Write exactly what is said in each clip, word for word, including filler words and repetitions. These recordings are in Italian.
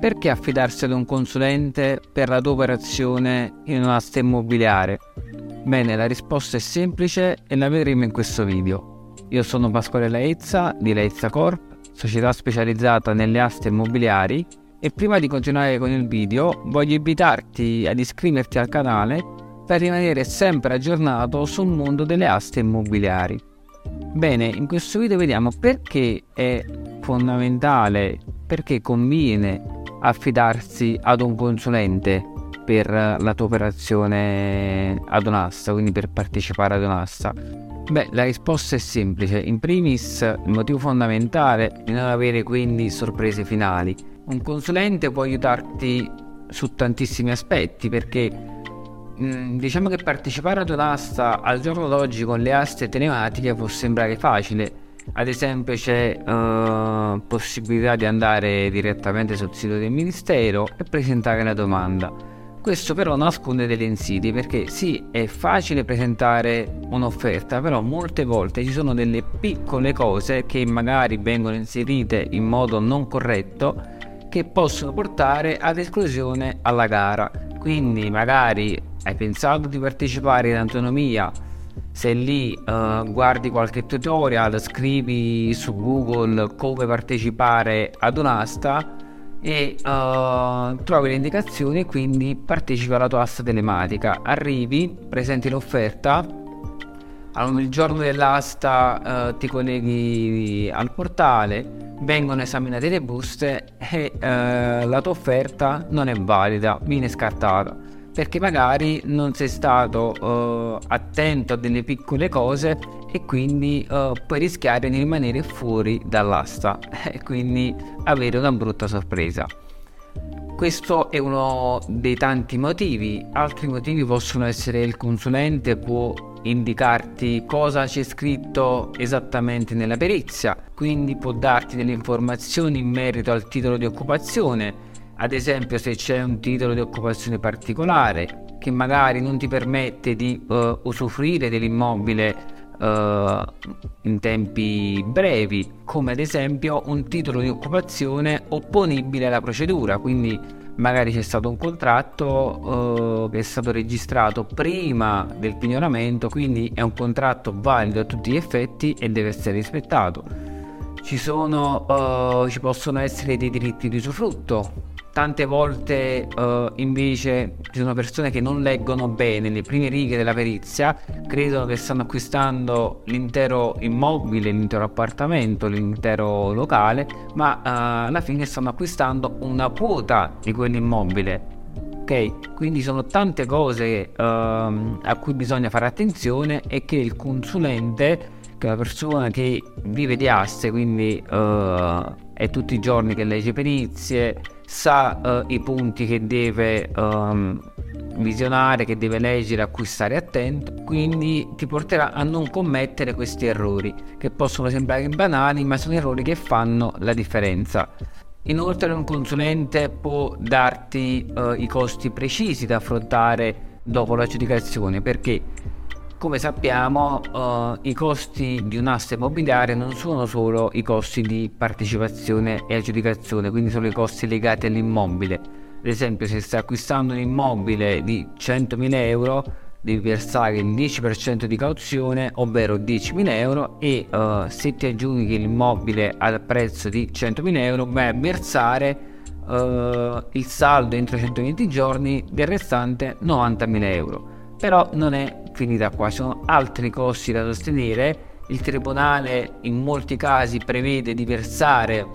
Perché affidarsi ad un consulente per la tua operazione in un'asta immobiliare? Bene, la risposta è semplice e la vedremo in questo video. Io sono Pasquale Laezza di Laezza Corp, società specializzata nelle aste immobiliari, e prima di continuare con il video voglio invitarti ad iscriverti al canale per rimanere sempre aggiornato sul mondo delle aste immobiliari. Bene, in questo video vediamo perché è fondamentale, perché conviene affidarsi ad un consulente per la tua operazione ad un'asta, quindi per partecipare ad un'asta. Beh, la risposta è semplice. In primis, il motivo fondamentale è non avere quindi sorprese finali. Un consulente può aiutarti su tantissimi aspetti, perché mh, diciamo che partecipare ad un'asta al giorno d'oggi con le aste telematiche può sembrare facile. Ad esempio c'è uh, possibilità di andare direttamente sul sito del ministero e presentare la domanda. Questo però nasconde delle insidie, perché sì, è facile presentare un'offerta, però molte volte ci sono delle piccole cose che magari vengono inserite in modo non corretto, che possono portare ad esclusione alla gara. Quindi magari hai pensato di partecipare in autonomia, sei lì, uh, guardi qualche tutorial, scrivi su Google come partecipare ad un'asta e uh, trovi le indicazioni e quindi partecipi alla tua asta telematica. Arrivi, presenti l'offerta, il giorno dell'asta uh, ti colleghi al portale, vengono esaminate le buste e uh, la tua offerta non è valida, viene scartata, perché magari non sei stato uh, attento a delle piccole cose e quindi uh, puoi rischiare di rimanere fuori dall'asta e quindi avere una brutta sorpresa. Questo è uno dei tanti motivi. Altri motivi possono essere: il consulente può indicarti cosa c'è scritto esattamente nella perizia, quindi può darti delle informazioni in merito al titolo di occupazione. Ad esempio, se c'è un titolo di occupazione particolare che magari non ti permette di uh, usufruire dell'immobile uh, in tempi brevi, come ad esempio un titolo di occupazione opponibile alla procedura, quindi magari c'è stato un contratto uh, che è stato registrato prima del pignoramento, quindi è un contratto valido a tutti gli effetti e deve essere rispettato. Ci sono, uh, ci possono essere dei diritti di usufrutto. Tante volte uh, invece ci sono persone che non leggono bene le prime righe della perizia, credono che stanno acquistando l'intero immobile, l'intero appartamento, l'intero locale, ma uh, alla fine stanno acquistando una quota di quell'immobile. Ok? Quindi sono tante cose uh, a cui bisogna fare attenzione, e che il consulente, che è una persona che vive di aste, quindi uh, è tutti i giorni che legge perizie, sa uh, i punti che deve um, visionare, che deve leggere, a cui stare attento, quindi ti porterà a non commettere questi errori che possono sembrare banali, ma sono errori che fanno la differenza. Inoltre un consulente può darti uh, i costi precisi da affrontare dopo l'aggiudicazione, perché come sappiamo uh, i costi di un'asta immobiliare non sono solo i costi di partecipazione e aggiudicazione, quindi sono i costi legati all'immobile. Ad esempio, se stai acquistando un immobile di centomila euro, devi versare il dieci per cento di cauzione, ovvero diecimila euro, e uh, se ti aggiudichi l'immobile al prezzo di centomila euro vai a versare uh, il saldo entro centoventi giorni del restante novantamila euro. Però non è finita qua, ci sono altri costi da sostenere. Il tribunale in molti casi prevede di versare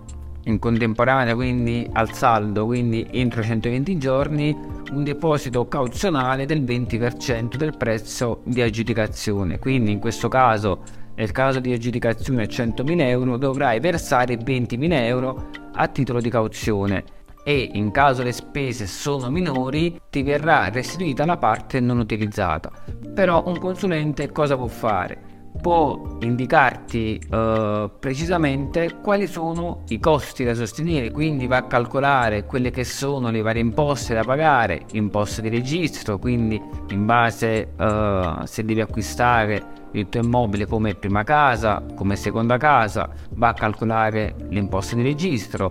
in contemporanea, quindi al saldo, quindi entro centoventi giorni, un deposito cauzionale del venti per cento del prezzo di aggiudicazione. Quindi in questo caso, nel caso di aggiudicazione centomila euro, dovrai versare ventimila euro a titolo di cauzione, e in caso le spese sono minori ti verrà restituita la parte non utilizzata. Però un consulente cosa può fare? Può indicarti uh, precisamente quali sono i costi da sostenere, quindi va a calcolare quelle che sono le varie imposte da pagare, imposte di registro, quindi in base uh, se devi acquistare il tuo immobile come prima casa, come seconda casa, va a calcolare le imposte di registro,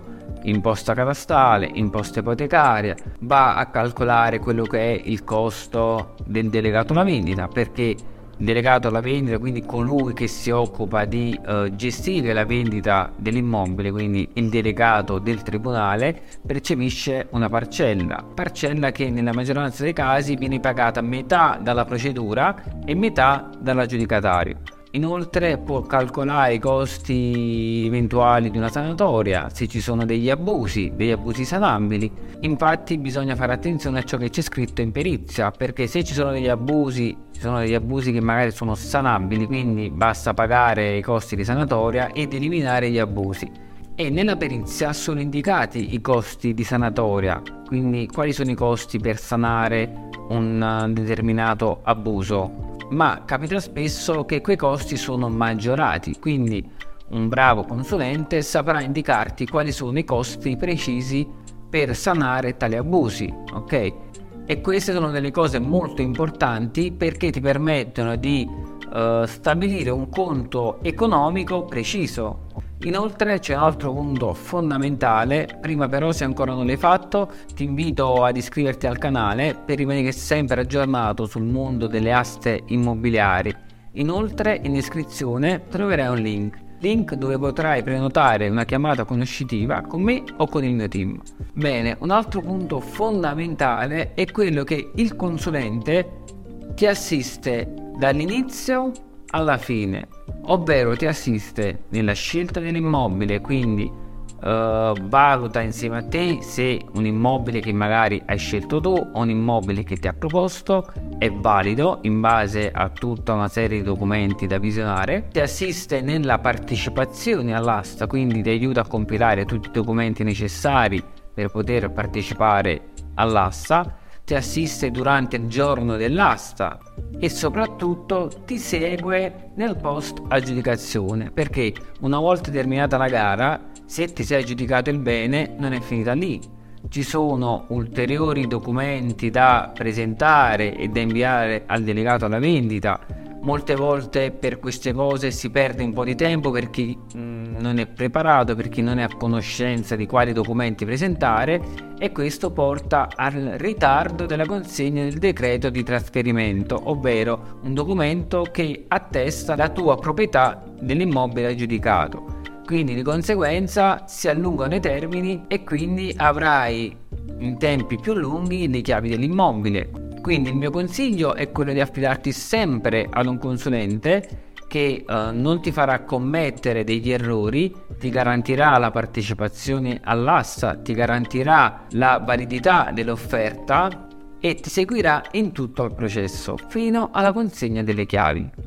imposta catastale, imposta ipotecaria, va a calcolare quello che è il costo del delegato alla vendita, perché il delegato alla vendita, quindi colui che si occupa di eh, gestire la vendita dell'immobile, quindi il delegato del tribunale, percepisce una parcella, parcella che nella maggioranza dei casi viene pagata metà dalla procedura e metà dall'aggiudicatario. Inoltre può calcolare i costi eventuali di una sanatoria, se ci sono degli abusi, degli abusi sanabili. Infatti bisogna fare attenzione a ciò che c'è scritto in perizia, perché se ci sono degli abusi, ci sono degli abusi che magari sono sanabili, quindi basta pagare i costi di sanatoria ed eliminare gli abusi. E nella perizia sono indicati i costi di sanatoria, quindi quali sono i costi per sanare un determinato abuso. Ma capita spesso che quei costi sono maggiorati, quindi un bravo consulente saprà indicarti quali sono i costi precisi per sanare tali abusi, ok? E queste sono delle cose molto importanti perché ti permettono di uh, stabilire un conto economico preciso. Inoltre c'è un altro punto fondamentale, prima però se ancora non l'hai fatto ti invito ad iscriverti al canale per rimanere sempre aggiornato sul mondo delle aste immobiliari. Inoltre in descrizione troverai un link, link dove potrai prenotare una chiamata conoscitiva con me o con il mio team. Bene, un altro punto fondamentale è quello che il consulente ti assiste dall'inizio alla fine, ovvero ti assiste nella scelta dell'immobile, quindi uh, valuta insieme a te se un immobile che magari hai scelto tu o un immobile che ti ha proposto è valido in base a tutta una serie di documenti da visionare, ti assiste nella partecipazione all'asta, quindi ti aiuta a compilare tutti i documenti necessari per poter partecipare all'asta, ti assiste durante il giorno dell'asta e soprattutto ti segue nel post aggiudicazione, perché una volta terminata la gara, se ti sei aggiudicato il bene non è finita lì, ci sono ulteriori documenti da presentare e da inviare al delegato alla vendita. Molte volte per queste cose si perde un po' di tempo per chi mh, non è preparato, per chi non è a conoscenza di quali documenti presentare, e questo porta al ritardo della consegna del decreto di trasferimento, ovvero un documento che attesta la tua proprietà dell'immobile aggiudicato. Quindi di conseguenza si allungano i termini e quindi avrai in tempi più lunghi le chiavi dell'immobile. Quindi il mio consiglio è quello di affidarti sempre ad un consulente che eh, non ti farà commettere degli errori, ti garantirà la partecipazione all'asta, ti garantirà la validità dell'offerta e ti seguirà in tutto il processo fino alla consegna delle chiavi.